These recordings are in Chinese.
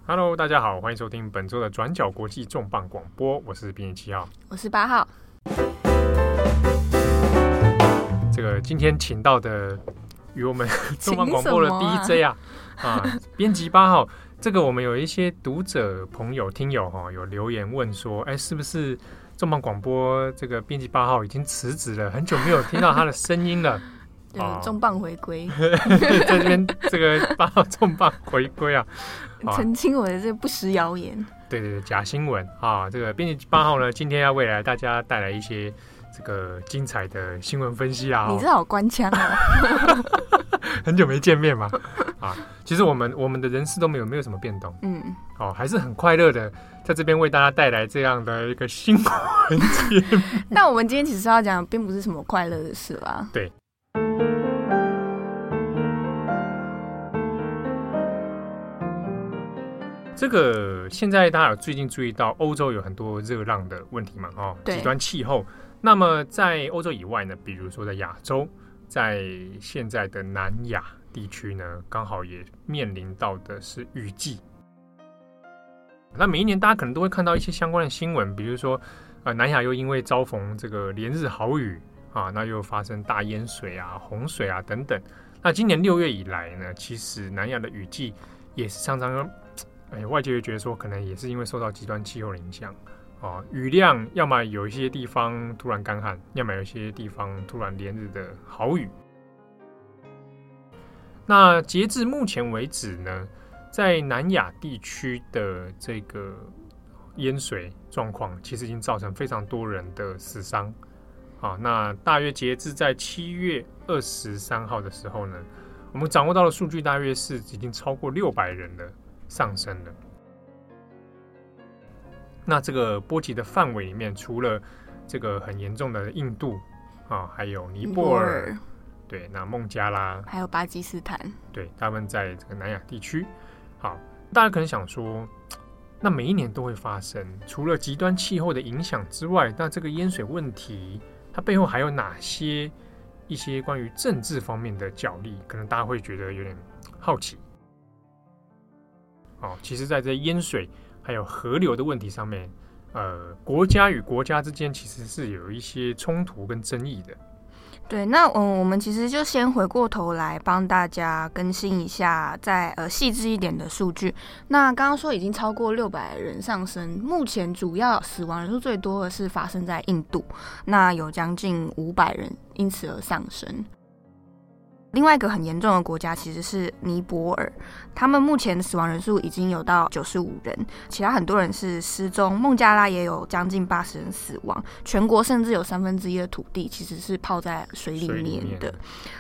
Hello， 大家好，欢迎收听本周的转角国际重磅广播，我是编辑7号， 我是8号。 这个今天请到的与我们重磅广播的 DJ 编辑8号。这个我们有一些读者朋友、听友有留言问说，是不是重磅广播这个编辑8号已经辞职了，很久没有听到他的声音了。 对，重磅回归， 在这边这个8号重磅回归澄清我的这不实谣言。 对，假新闻这个编辑8号呢，今天要为来大家带来一些这个精彩的新闻分析啦。 你这好官腔哦。 很久没见面嘛其实我们的人事都没有什么变动，还是很快乐的，在这边为大家带来这样的一个新闻节目。 但我们今天其实要讲，并不是什么快乐的事啦。 对。这个现在大家有最近注意到欧洲有很多热浪的问题嘛？极端气候。那么在欧洲以外呢，比如说在亚洲，在现在的南亚地区呢，刚好也面临到的是雨季。那每一年大家可能都会看到一些相关的新闻，比如说南亚又因为遭逢这个连日豪雨那又发生大淹水洪水等等。那今年6月以来呢，其实南亚的雨季也是常常外界会觉得说，可能也是因为受到极端气候的影响雨量要么有一些地方突然干旱，要么有一些地方突然连日的豪雨。那截至目前为止呢，在南亚地区的这个淹水状况，其实已经造成非常多人的死伤那大约截至在7月23号的时候呢，我们掌握到的数据大约是已经超过600人的上升了。那这个波及的范围里面，除了这个很严重的印度还有尼泊尔，对，那孟加拉， 还有巴基斯坦， 对，他们在这个南亚地区。好，大家可能想说，那每一年都会发生，除了极端气候的影响之外，那这个淹水问题，它背后还有哪些一些关于政治方面的角力？可能大家会觉得有点好奇。其实在这淹水还有河流的问题上面，国家与国家之间其实是有一些冲突跟争议的。 对，那我们其实就先回过头来帮大家更新一下再细致一点的数据。那刚刚说已经超过600人上升，目前主要死亡人数最多的是发生在印度，那有将近500人因此而上升。另外一个很严重的国家其实是尼泊尔，他们目前的死亡人数已经有到95人，其他很多人是失踪。孟加拉也有将近80人死亡，全国甚至有1/3的土地其实是泡在水里面的。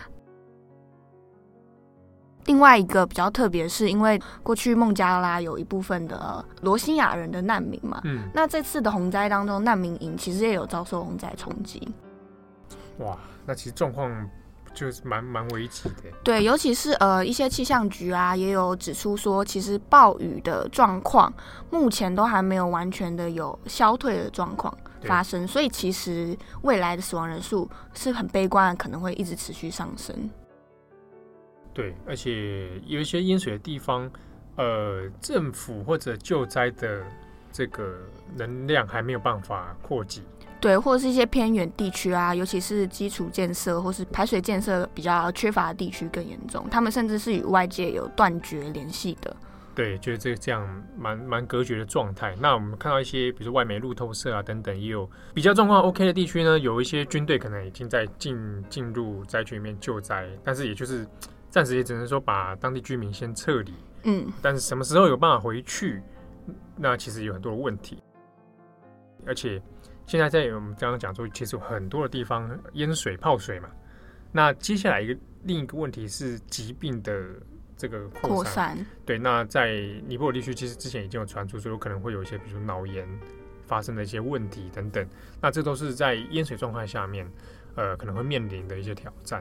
另外一个比较特别的是，因为过去孟加拉有一部分的罗兴亚人的难民嘛，那这次的洪灾当中，难民营其实也有遭受洪灾冲击。 哇，那其实状况就是蛮危急的。 对，尤其是一些气象局也有指出说，其实暴雨的状况目前都还没有完全的有消退的状况发生，所以其实未来的死亡人数是很悲观的，可能会一直持续上升。 对，而且有一些淹水的地方，政府或者救灾的这个能量还没有办法扩及。 对，或者是一些偏远地区尤其是基础建设或是排水建设比较缺乏的地区更严重，他们甚至是与外界有断绝联系的。对， 就是这样蛮隔绝的状态。那我们看到一些比如说外媒路透社等等，也有比较状况 OK 的地区呢，有一些军队可能已经在进入灾区里面救灾，但是也就是暂时也只能说把当地居民先撤离。但是什么时候有办法回去，那其实有很多的问题。而且现在在我们刚刚讲说，其实有很多的地方淹水泡水嘛。那接下来另一个问题是疾病的这个扩散。对，那在尼泊尔地区，其实之前已经有传出说有可能会有一些，比如说脑炎发生的一些问题等等。那这都是在淹水状况下面，可能会面临的一些挑战。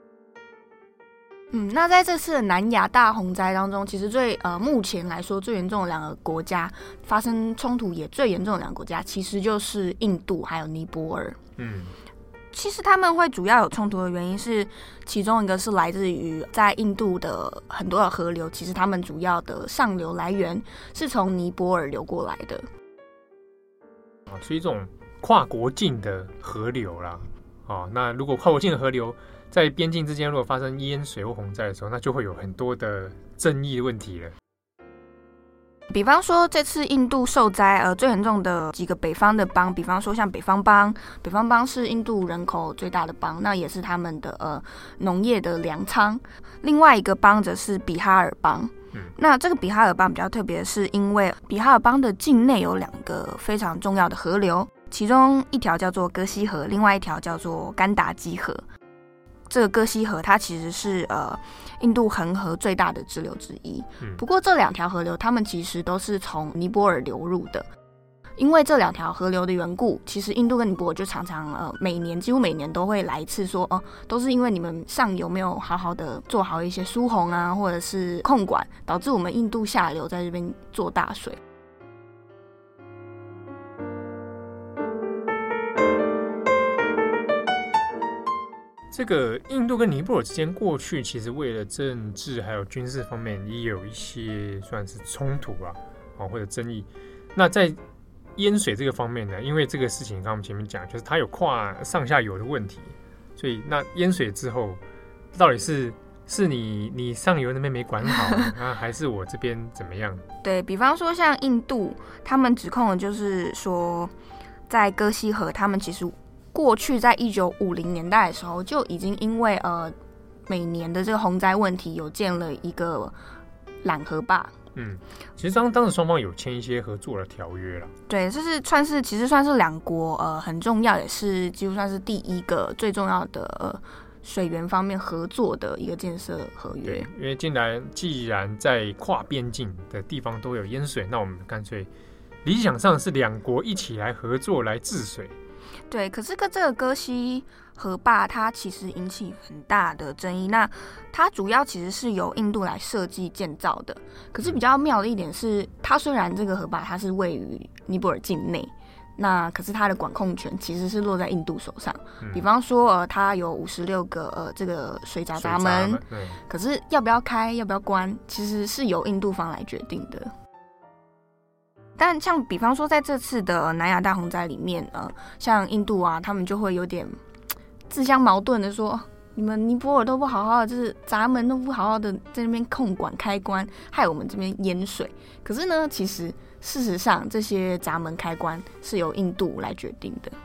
那在这次的南亚大洪灾当中，其实目前来说最严重的2个国家，发生冲突也最严重的2个国家，其实就是印度还有尼泊尔。 其实他们会主要有冲突的原因是，其中一个是来自于在印度的很多的河流，其实他们主要的上流来源是从尼泊尔流过来的， 是一种跨国境的河流啦。那如果跨国境的河流在边境之间如果发生淹水或洪灾的时候，那就会有很多的争议问题了。 比方说这次印度受灾最严重的几个北方的邦，比方说像北方邦是印度人口最大的邦，那也是他们的农业的粮仓。另外一个邦则是比哈尔邦。那这个比哈尔邦比较特别，是因为比哈尔邦的境内有2个非常重要的河流，其中一条叫做戈西河，另外一条叫做甘达基河。这个戈西河它其实是印度恒河最大的支流之一。不过这2条河流它们其实都是从尼泊尔流入的，因为这2条河流的缘故，其实印度跟尼泊尔就常常几乎每年都会来一次说都是因为你们上游没有好好的做好一些疏洪啊，或者是控管，导致我们印度下流在这边做大水。 这个印度跟尼泊尔之间过去其实为了政治还有军事方面也有一些算是冲突或者争议。那在淹水这个方面呢，因为这个事情刚刚我们前面讲，就是它有跨上下游的问题，所以那淹水之后到底是你上游那边没管好还是我这边怎么样？ 对，比方说像印度他们指控的就是说在戈西河他们其实过去在1950年代的时候就已经因为每年的这个洪灾问题有建了一个拦河坝。 其实当时双方有签一些合作的条约了。 对，这是其实算是2国很重要，也是几乎算是第一个最重要的水源方面合作的一个建设合约。 对，因为既然在跨边境的地方都有淹水，那我们干脆理想上是2国一起来合作来治水。 对，可是这个戈西河坝它其实引起很大的争议。那它主要其实是由印度来设计建造的，可是比较妙的一点是，它虽然这个河坝它是位于尼泊尔境内，那可是它的管控权其实是落在印度手上。比方说它有56个这个水闸门，可是要不要开要不要关，其实是由印度方来决定的。但像比方说在这次的南亚大洪灾里面像印度他们就会有点自相矛盾的说，你们尼泊尔都不好好的，就是闸门都不好好的在那边控管开关，害我们这边淹水。可是呢，其实事实上这些闸门开关是由印度来决定的。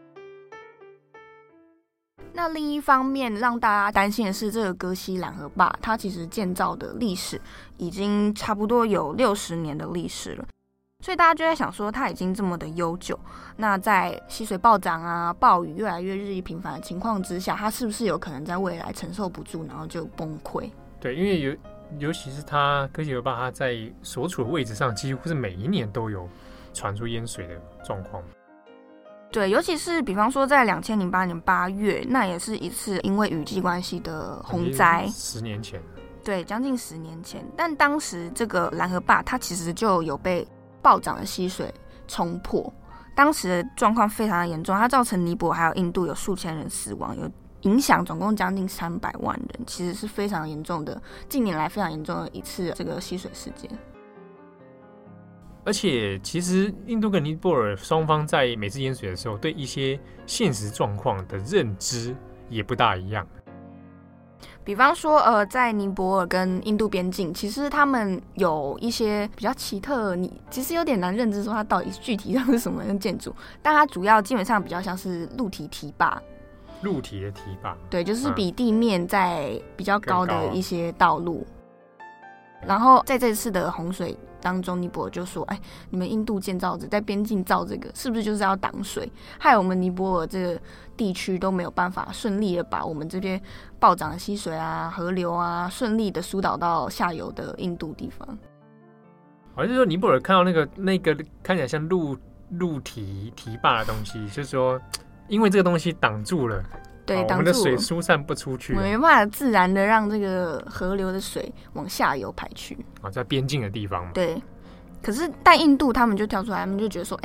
那另一方面让大家担心的是，这个戈西拦河坝它其实建造的历史已经差不多有60年的历史了，所以大家就在想说，它已经这么的悠久，那在溪水暴涨暴雨越来越日益频繁的情况之下，它是不是有可能在未来承受不住，然后就崩溃？ 对，因为尤其是它戈西河坝，它在所处的位置上，几乎是每一年都有传出淹水的状况。 对，尤其是比方说在2008年8月，那也是一次因为雨季关系的洪灾 ，10年前。 对，将近10年前。但当时这个拦河坝它其实就有被暴涨的溪水冲破，当时的状况非常的严重，它造成尼泊尔还有印度有数千人死亡，有影响总共将近300万人，其实是非常严重的，近年来非常严重的一次这个溪水事件。 而且其实印度跟尼泊尔双方在每次淹水的时候，对一些现实状况的认知也不大一样。 比方说在尼泊尔跟印度边境，其实他们有一些比较奇特，你其实有点难认知说它到底具体上是什么样的建筑，但它主要基本上比较像是陆体堤坝。 陆体的堤坝， 对，就是比地面在比较高的一些道路。然后在这次的洪水当中，尼泊尔就说：“哎，你们印度建造者在边境造这个，是不是就是要挡水，害我们尼泊尔这个地区都没有办法顺利的把我们这边暴涨的溪水河流顺利的疏导到下游的印度地方。” 好像是说尼泊尔看到那个看起来像陆堤坝的东西，就是说因为这个东西挡住了。 对， 我们的水疏散不出去， 我们没办法自然的让这个河流的水往下游排去。 在边境的地方嘛。 对，可是但印度他们就跳出来，他们就觉得说，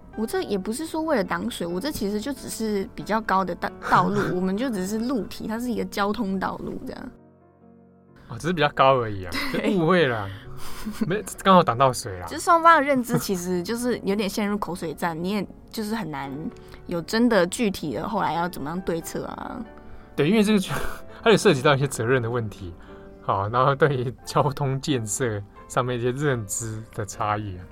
我这也不是说为了挡水，我这其实就只是比较高的道路，我们就只是路体，它是一个交通道路这样。 只是比较高而已啊，误会了，没刚好挡到水啦。 就是双方的认知其实就是有点陷入口水战，你也就是很难有真的具体的后来要怎么样对策啊。 对，因为这个它也涉及到一些责任的问题，好，然后对于交通建设上面一些认知的差异啊。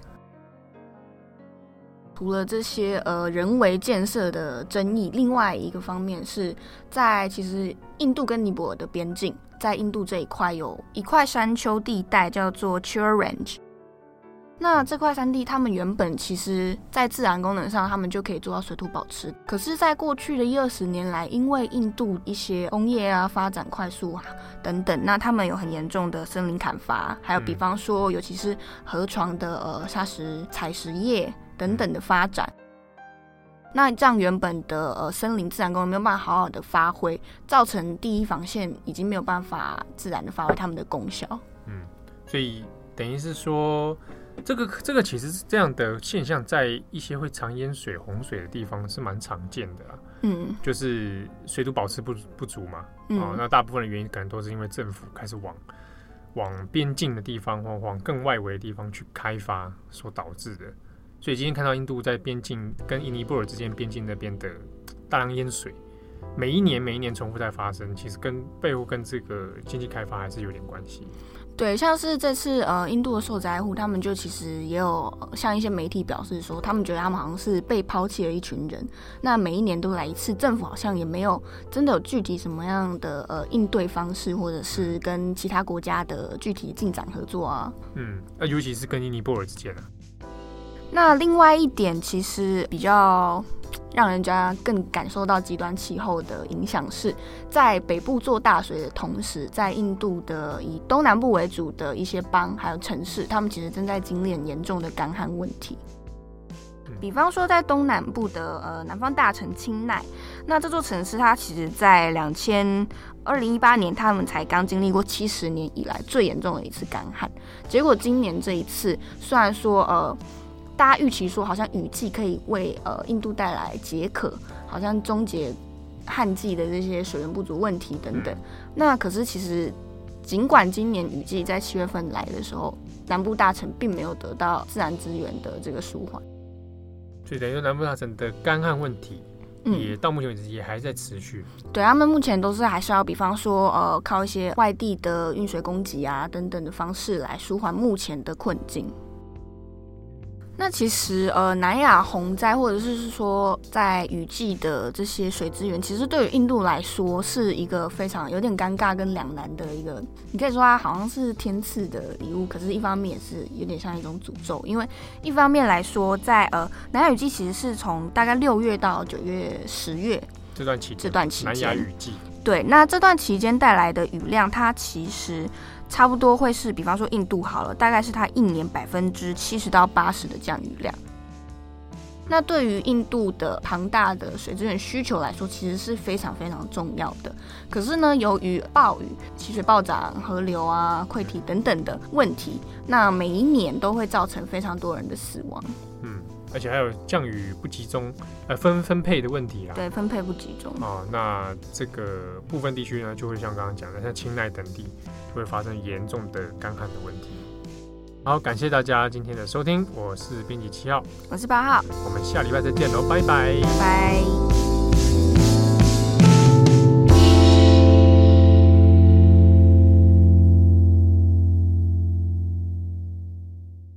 除了这些人为建设的争议，另外一个方面是在其实印度跟尼泊尔的边境，在印度这一块有一块山丘地带叫做 Chur Range。那这块山地，他们原本其实在自然功能上，他们就可以做到水土保持。可是，在过去的10-20年来，因为印度一些工业啊发展快速啊等等，那他们有很严重的森林砍伐，还有比方说，尤其是河床的砂石采石业等等的发展。那这样原本的森林自然功能没有办法好好的发挥，造成第一防线已经没有办法自然的发挥他们的功效。 所以等于是说。这个其实这样的现象，在一些会常淹水、洪水的地方是蛮常见的啦。就是水土保持不足嘛。那大部分的原因可能都是因为政府开始往边境的地方或往更外围的地方去开发所导致的。所以今天看到印度在边境跟尼泊尔之间边境那边的大量淹水，每一年重复在发生，其实背后跟这个经济开发还是有点关系。 对，像是这次印度的受灾户，他们就其实也有向一些媒体表示说，他们觉得他们好像是被抛弃了一群人。那每一年都来一次，政府好像也没有真的有具体什么样的应对方式，或者是跟其他国家的具体进展合作啊。 尤其是跟尼泊尔之间啊。 那另外一点，其实比较让人家更感受到极端气候的影响是，在北部做大水的同时，在印度的以东南部为主的一些邦还有城市，他们其实正在经历很严重的干旱问题。比方说在东南部的南方大城钦奈，那这座城市它其实在2018年他们才刚经历过70年以来最严重的一次干旱，结果今年这一次虽然说大家预期说好像雨季可以为印度带来解渴，好像终结旱季的这些水源不足问题等等。那可是其实尽管今年雨季在7月份来的时候，南部大城并没有得到自然资源的这个舒缓， 所以等于南部大城的干旱问题也到目前为止也还在持续。 对，他们目前都是还是要比方说靠一些外地的运水供给啊等等的方式来舒缓目前的困境。那其实南亚洪灾或者是说在雨季的这些水资源，其实对于印度来说是一个非常有点尴尬跟两难的一个，你可以说它好像是天赐的礼物，可是一方面也是有点像一种诅咒。因为一方面来说，在南亚雨季其实是从大概6月到9月、10月这段期间南亚雨季。 对，那这段期间带来的雨量，它其实差不多会是，比方说印度好了，大概是它一年70%到80%的降雨量。那对于印度的庞大的水资源需求来说，其实是非常非常重要的。可是呢，由于暴雨、溪水暴涨、河流啊、溃堤等等的问题，那每一年都会造成非常多人的死亡。 而且还有降雨不集中，分配的问题啦。 对，分配不集中。 那这个部分地区呢，就会像刚刚讲的，像钦奈等地，就会发生严重的干旱的问题。好，感谢大家今天的收听，我是编辑7号， 我是8号， 我们下礼拜再见喽，拜拜， 拜拜。